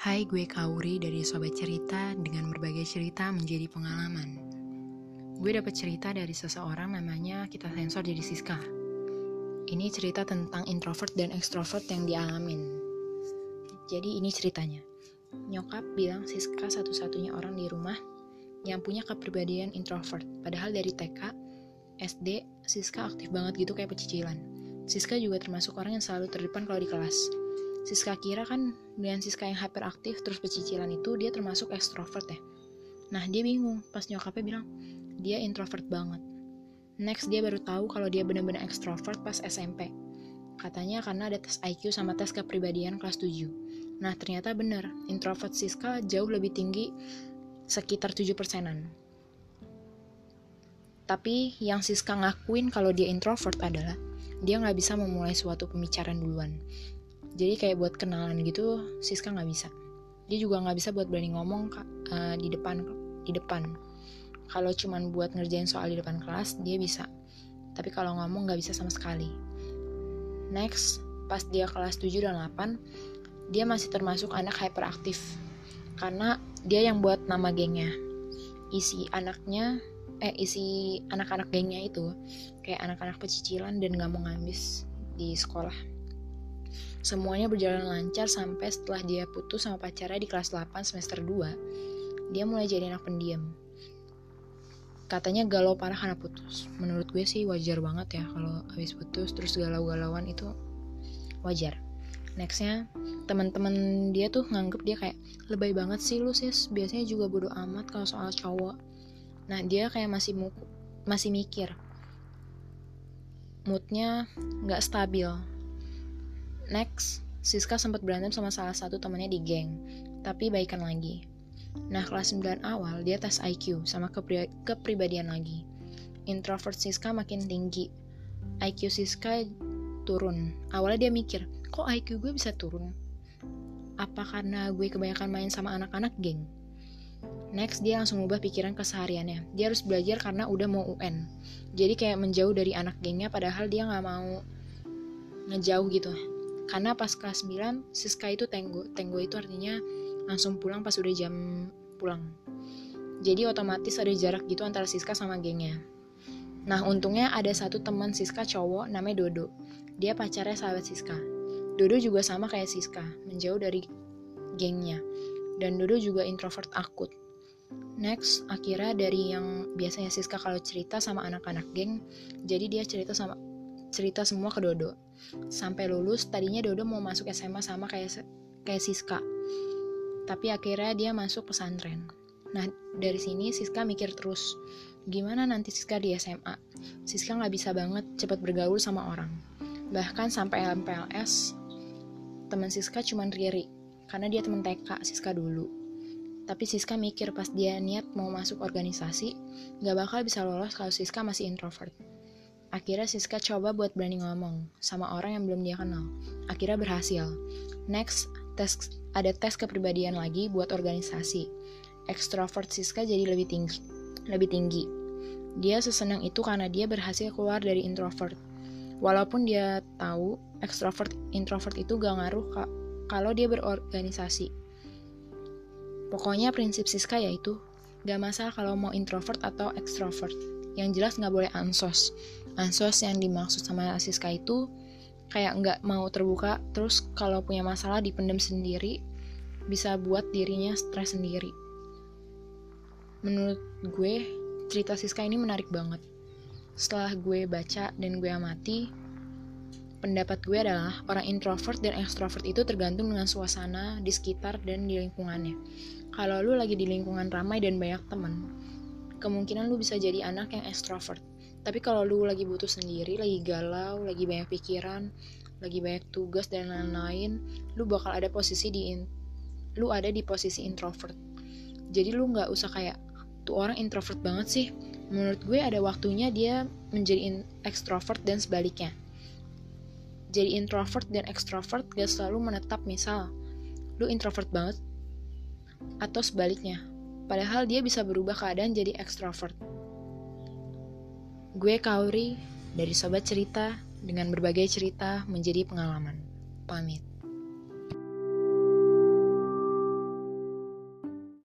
Hai, gue Kauri dari Sobat Cerita dengan berbagai cerita menjadi pengalaman. Gue dapat cerita dari seseorang namanya kita sensor jadi Siska. Ini cerita tentang introvert dan ekstrovert yang dialamin. Jadi ini ceritanya. Nyokap bilang Siska satu-satunya orang di rumah yang punya kepribadian introvert. Padahal dari TK, SD, Siska aktif banget gitu kayak pecicilan. Siska juga termasuk orang yang selalu terdepan kalau di kelas. Siska kira kan dengan Siska yang hyperaktif terus pecicilan itu dia termasuk ekstrovert ya. Nah dia bingung pas nyokapnya bilang dia introvert banget. Next dia baru tahu kalau dia benar-benar ekstrovert pas SMP. Katanya karena ada tes IQ sama tes kepribadian kelas 7. Nah ternyata benar, introvert Siska jauh lebih tinggi sekitar 7%-an. Tapi yang Siska ngakuin kalau dia introvert adalah dia gak bisa memulai suatu pembicaraan duluan. Jadi kayak buat kenalan gitu, Siska nggak bisa. Dia juga nggak bisa buat berani ngomong di depan. Kalau cuman buat ngerjain soal di depan kelas, dia bisa. Tapi kalau ngomong nggak bisa sama sekali. Next, pas dia kelas 7 dan 8, dia masih termasuk anak hyperaktif. Karena dia yang buat nama gengnya. Isi anak-anak gengnya itu kayak anak-anak pecicilan dan nggak mau ngabis di sekolah. Semuanya berjalan lancar sampai setelah dia putus sama pacarnya di kelas 8 semester 2, dia mulai jadi anak pendiam. Katanya galau parah karena putus. Menurut gue sih wajar banget ya kalau habis putus terus galau-galauan itu wajar. Nextnya, teman-teman dia tuh nganggep dia kayak lebay banget sih lu sis, biasanya juga bodo amat kalau soal cowok. Nah dia kayak masih mikir, moodnya nggak stabil. Next, Siska sempat berantem sama salah satu temannya di geng, tapi baikan lagi. Nah, kelas 9 awal, dia tes IQ sama kepribadian lagi. Introvert Siska makin tinggi. IQ Siska turun. Awalnya dia mikir, kok IQ gue bisa turun? Apa karena gue kebanyakan main sama anak-anak geng? Next, dia langsung ubah pikiran kesehariannya. Dia harus belajar karena udah mau UN. Jadi kayak menjauh dari anak gengnya, padahal dia gak mau ngejauh gitu. Karena pas kelas 9, Siska itu tenggo. Tenggo itu artinya langsung pulang pas udah jam pulang. Jadi otomatis ada jarak gitu antara Siska sama gengnya. Nah untungnya ada satu teman Siska cowok namanya Dodo. Dia pacarnya sahabat Siska. Dodo juga sama kayak Siska, menjauh dari gengnya. Dan Dodo juga introvert akut. Next, akhirnya dari yang biasanya Siska kalau cerita sama anak-anak geng, jadi dia cerita semua ke Dodo. Sampai lulus, tadinya Dodo mau masuk SMA sama kayak Siska. Tapi akhirnya dia masuk pesantren. Nah, dari sini Siska mikir terus, gimana nanti Siska di SMA? Siska gak bisa banget cepat bergaul sama orang. Bahkan sampai MPLS, teman Siska cuman Riri, karena dia teman TK Siska dulu. Tapi Siska mikir pas dia niat mau masuk organisasi, gak bakal bisa lolos kalau Siska masih introvert. Akhirnya Siska coba buat berani ngomong sama orang yang belum dia kenal. Akhirnya berhasil. Next, ada tes kepribadian lagi buat organisasi. Ekstrovert Siska jadi lebih tinggi. Dia sesenang itu karena dia berhasil keluar dari introvert. Walaupun dia tahu introvert itu gak ngaruh kalau dia berorganisasi. Pokoknya prinsip Siska yaitu gak masalah kalau mau introvert atau ekstrovert. Yang jelas gak boleh ansos. Ansos yang dimaksud sama Siska itu kayak gak mau terbuka, terus kalau punya masalah dipendam sendiri, bisa buat dirinya stres sendiri. Menurut gue, cerita Siska ini menarik banget. Setelah gue baca dan gue amati, pendapat gue adalah orang introvert dan ekstrovert itu tergantung dengan suasana di sekitar dan di lingkungannya. Kalau lu lagi di lingkungan ramai dan banyak teman, kemungkinan lu bisa jadi anak yang ekstrovert. Tapi kalau lu lagi butuh sendiri, lagi galau, lagi banyak pikiran, lagi banyak tugas dan lain-lain, lu bakal ada di posisi introvert. Jadi lu nggak usah kayak tuh orang introvert banget sih. Menurut gue ada waktunya dia menjadi ekstrovert dan sebaliknya. Jadi introvert dan ekstrovert gak selalu menetap. Misal lu introvert banget atau sebaliknya. Padahal dia bisa berubah keadaan jadi ekstrovert. Gue Kauri dari Sobat Cerita dengan berbagai cerita menjadi pengalaman. Pamit.